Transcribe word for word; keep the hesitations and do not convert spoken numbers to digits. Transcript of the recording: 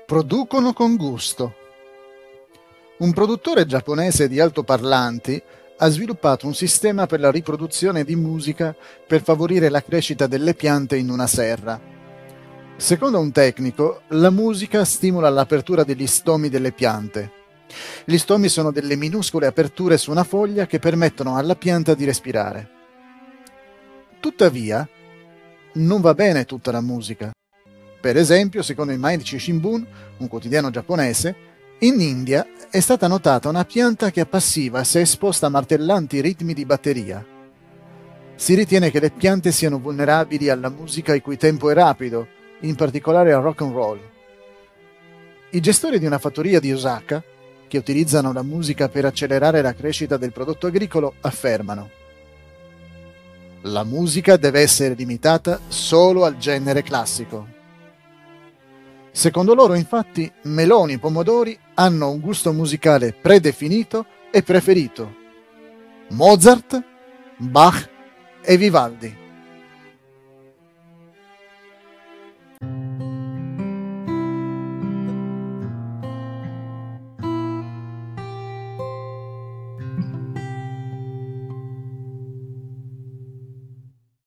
Producono con gusto. Un produttore giapponese di altoparlanti ha sviluppato un sistema per la riproduzione di musica per favorire la crescita delle piante in una serra. Secondo un tecnico, la musica stimola l'apertura degli stomi delle piante. Gli stomi sono delle minuscole aperture su una foglia che permettono alla pianta di respirare. Tuttavia, non va bene tutta la musica. Per esempio, secondo il Mainichi Shimbun, un quotidiano giapponese, in India è stata notata una pianta che appassiva se esposta a martellanti ritmi di batteria. Si ritiene che le piante siano vulnerabili alla musica il cui tempo è rapido, in particolare al rock and roll. I gestori di una fattoria di Osaka, che utilizzano la musica per accelerare la crescita del prodotto agricolo, affermano: la musica deve essere limitata solo al genere classico. Secondo loro, infatti, meloni e pomodori hanno un gusto musicale predefinito e preferito: Mozart, Bach e Vivaldi.